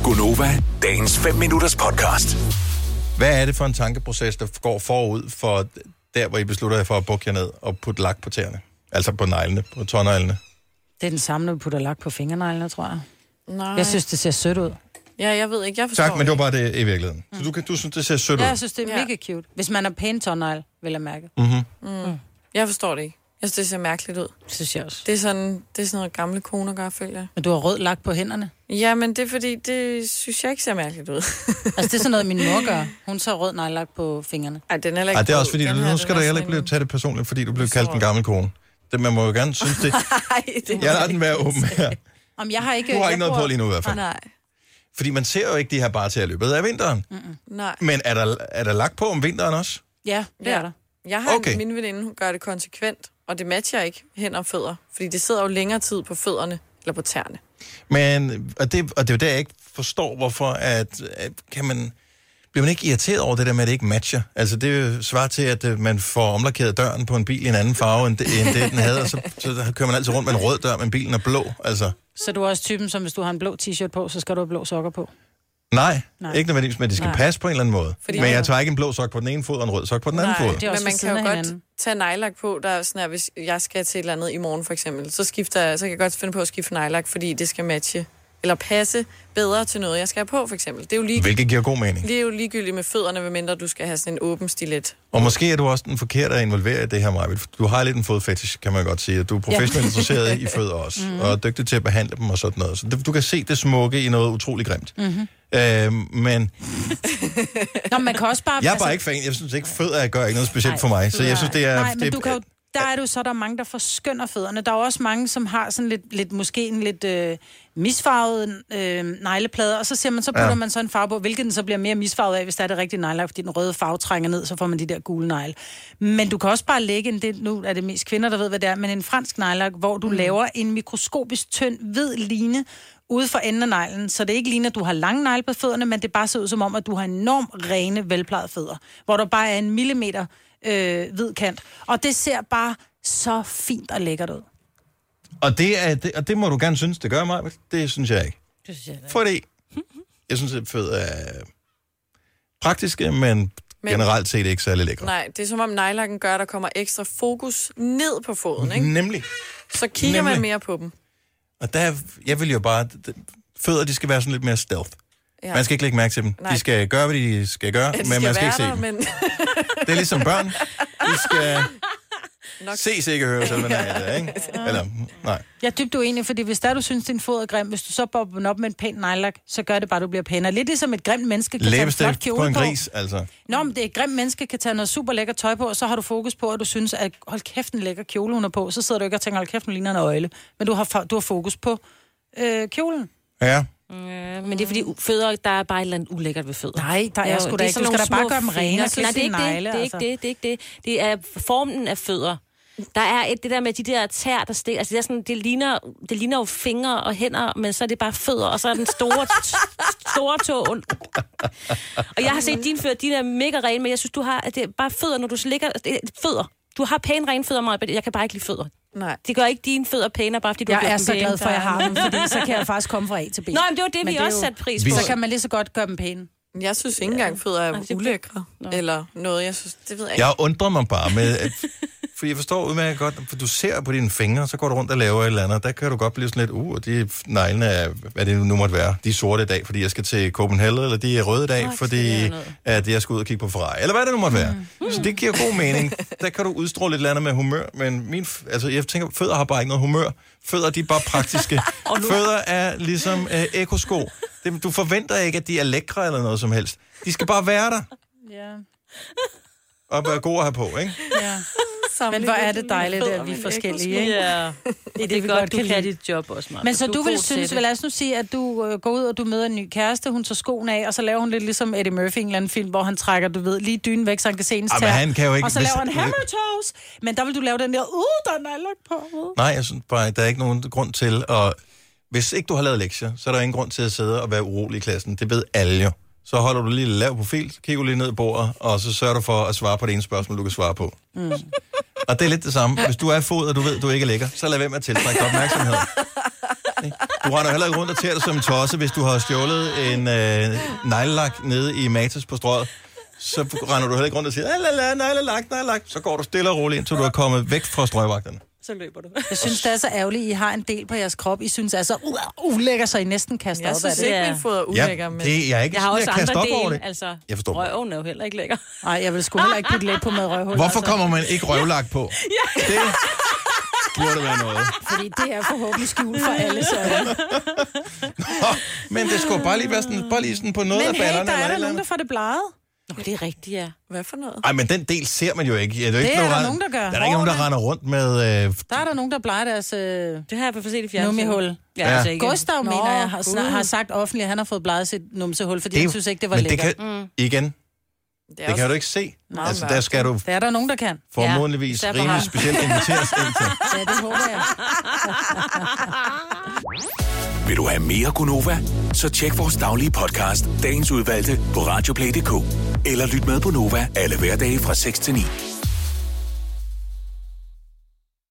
Gunova, dagens 5 minutters podcast. Hvad er det for en tankeproces, der går forud for der, hvor I beslutter jer for at bukke jer ned og putte lak på tæerne? Altså på neglene, på tåneglene. Det er den samme, når vi putter lak på fingerneglene, tror jeg. Nej. Jeg synes, det ser sødt ud. Ja, jeg ved ikke, jeg forstår Tak, men det var bare det i virkeligheden. Så du synes, det ser sødt ud? Ja, jeg synes, det er mega cute. Hvis man har pæne tånegle, vil jeg mærke. Jeg forstår det ikke. Jeg synes, det ser mærkeligt ud. Det synes jeg også. Det er sådan noget gamle koner gør, føler jeg. Men du har rød lak på hænderne. Ja, men det er fordi, det synes jeg ikke ser mærkeligt ud. Altså, det er sådan noget, min mor gør. Hun så rød neglelak på fingrene. Ej, den er heller ikke. Ej, det er også fordi, den nu skal du heller ikke tage det personligt, fordi du blev kaldt en gammel kone. Det, man må jo gerne synes det. Jeg lader den være åben her. Om jeg har ikke, du har ikke noget på lige nu i hvert fald. Nej. Fordi man ser jo ikke de her bare til at løbet af vinteren. Nej. Men er der lagt på om vinteren også? Ja, det er der. Jeg har min veninde, hun gør det konsekvent, og det matcher ikke hænder og fødder. Fordi det sidder jo længere tid på fødderne, eller på tæerne. Men, og det er jo der, jeg ikke forstår, hvorfor bliver man ikke irriteret over det der med, at det ikke matcher? Altså, det svarer til, at man får omlakeret døren på en bil i en anden farve, end det den havde, og så kører man altid rundt med en rød dør, men bilen er blå, altså. Så du er også typen, som hvis du har en blå t-shirt på, så skal du have blå sokker på? Nej, ikke nødvendigvis, men det skal passe på en eller anden måde. Fordi men jeg tager ikke en blå sok på den ene fod og en rød sok på den anden fod. Men man kan jo godt tage nejlak på, der er sådan her, hvis jeg skal til et eller andet i morgen for eksempel, så kan jeg godt finde på at skifte nejlak, fordi det skal matche eller passe bedre til noget, jeg skal have på, for eksempel. Det er jo hvilket giver god mening. Det er jo ligegyldigt med fødderne, medmindre du skal have sådan en åben stilet. Og måske er du også den forkerte at involvere i det her, Maja. Du har lidt en fodfetish, kan man godt sige. Du er professionelt interesseret i fødder også, og er dygtig til at behandle dem og sådan noget. Så du kan se det smukke i noget utroligt grimt. Men... Nå, man kan også bare... Jeg er bare ikke fan. Jeg synes ikke, fødder gør ikke noget specielt for mig. Så jeg synes, det er... Nej, men du kan jo... Der er det jo så, der er mange, der forskønner fødderne. Der er også mange, som har sådan lidt måske en lidt misfarvet negleplade, og så putter man så en farve på, hvilket den så bliver mere misfarvet af, hvis der er det rigtige neglelak, fordi den røde farve trænger ned, så får man de der gule negle. Men du kan også bare lægge nu er det mest kvinder, der ved, hvad det er, men en fransk neglelak, hvor du laver en mikroskopisk tynd hvid line ude for enden af neglen, så det ikke ligner, at du har lange negle på fødderne, men det bare ser ud som om, at du har enormt rene, velplejede fødder, hvor der bare er en millimeter hvid kant. Og det ser bare så fint og lækkert ud. Og det må du gerne synes, det gør mig. Det synes jeg ikke. Det synes jeg ikke. Fordi jeg synes, at fødder er praktiske, men generelt set ikke særlig lækre. Nej, det er som om nejlakken gør, at der kommer ekstra fokus ned på foden, ikke? Nemlig. Så kigger man mere på dem. Og jeg vil jo bare... Fødder, de skal være sådan lidt mere stealth. Ja. Man skal ikke lægge mærke til dem. Nej. De skal gøre, hvad de skal gøre, men man skal ikke se dem. Men... Det er ligesom børn. De skal ses ikke høre selv, hvad det er, ikke? Eller, nej. Jeg er dybt uenig, fordi hvis der du synes, din fod er grim, hvis du så bobber den op med en pæn nejlak, så gør det bare, at du bliver pænere. Lidt ligesom et grimt menneske kan tage en flot kjole på. En gris, altså. Nå, men det er et grimt menneske kan tage noget super lækker tøj på, og så har du fokus på, at du synes, at hold kæft, en lækker kjole, hun er på. Så sidder du ikke og tænker, hold kæft, hun ligner en øjle. Men du har fokus på kjolen. Ja. Men det er fordi fødder, der er bare et eller andet ulækkert ved fødder. Nej, der er sgu da ikke. Du skal da bare gøre dem rene. Nej, det er ikke det. Det er formen af fødder. Der er det der med de der tær, der stikker. Altså det ligner jo fingre og hænder, men så er det bare fødder, og så er den store tå. Og jeg har set dine fødder, de er mega rene, men jeg synes, du har, at det er bare fødder, når du ligger... Fødder. Du har pæne, rene fødder, Maja. Jeg kan bare ikke lide fødder. Nej. Det gør ikke dine fødder pænere, bare fordi du jeg er så glad for, at jeg har dem, fordi så kan jeg faktisk komme fra A til B. Nå, men det var det, vi også satte pris på. Så kan man lige så godt gøre dem pæne. Jeg synes ikke engang, fødder er ulækre. Eller noget, jeg synes, det ved jeg ikke. Jeg undrer mig bare med... For jeg forstår udmærket godt, for du ser på dine fingre, så går du rundt og laver et eller andet, der kan du godt blive sådan lidt, de neglene er, hvad det nu måtte være, de er sorte i dag, fordi jeg skal til Copenhagen, eller de er røde i dag, fordi at jeg skal ud og kigge på Ferrari, eller hvad det nu måtte være. Så det giver god mening. Der kan du udstråle et eller andet med humør, men jeg tænker, fødder har bare ikke noget humør. Fødder, de er bare praktiske. Fødder er ligesom ekosko. Du forventer ikke, at de er lækre eller noget som helst. De skal bare være der. Ja. Og være gode at have på, ikke? Ja. Men hvor er det dejligt, at vi er forskellige, ikke? Ja. Det er godt, du kan dit job også, Mark. Men så du vil synes, lad os nu sige, at du går ud, og du møder en ny kæreste, hun tager skoene af, og så laver hun lidt ligesom Eddie Murphy, en eller anden film, hvor han trækker, du ved, lige dynen væk, så han kan se hendes tær. Og så laver han hammer toes. Men der vil du lave den der, der er nejlagt på. Nej, jeg synes bare, der er ikke nogen grund til at... Hvis ikke du har lavet lektier, så er der ingen grund til at sidde og være urolig i klassen. Det ved alle jo. Så holder du lige lav profil, så kigger du lige ned i bordet, og så sørger du for at svare på det ene spørgsmål, du kan svare på. Og det er lidt det samme. Hvis du er fod, og du ved, du ikke er lækker, så lad være med at tiltrække opmærksomhed. Du render heller ikke rundt og tærer dig som en tosse, hvis du har stjålet en neglelak nede i Matas på Strøget. Så render du heller ikke rundt og siger, neglelak. Så går du stille og roligt, indtil du er kommet væk fra strøgvagterne. Så løber du. Jeg synes, det er så ærgerligt, I har en del på jeres krop. I synes altså ulækker, så I næsten kaster op af det. Jeg synes ikke, min fod er ulækker. Ja, jeg er ikke jeg har også andre dele, altså. Jeg forstår. Røven er jo heller ikke lækker. Nej, jeg vil sgu heller ikke putte læg på med røvhul. Hvorfor kommer man ikke røvlak på? Det burde være noget. Fordi det er forhåbentlig skjult for alle, så. Men det skulle bare lige være sådan, på noget af ballerne. Men der er der nogen, der får det bleget. Nå, det er rigtigt, ja. Hvad for noget? Ej, men den del ser man jo ikke. Det er der nogen, der gør. Der er ikke nogen, der render rundt med... Der er der nogen, der blejer deres... Det har jeg fået set i fjernsynet. Nummihul. Ja. Altså ikke. Gustav, mener jeg, har sagt offentligt, at han har fået blejet sit numsehul, fordi han synes ikke, det var lækkert. Igen, det kan du ikke se. Altså, der skal du... Det er der nogen, der kan. Formodentligvis rimelig specielt inviteres ind til. Ja, det håber jeg. Vil du have mere Gunova? Så tjek vores daglige podcast, dagens udvalgte, på radioplay.dk. Eller lyt med på Nova alle hverdage fra 6 til 9.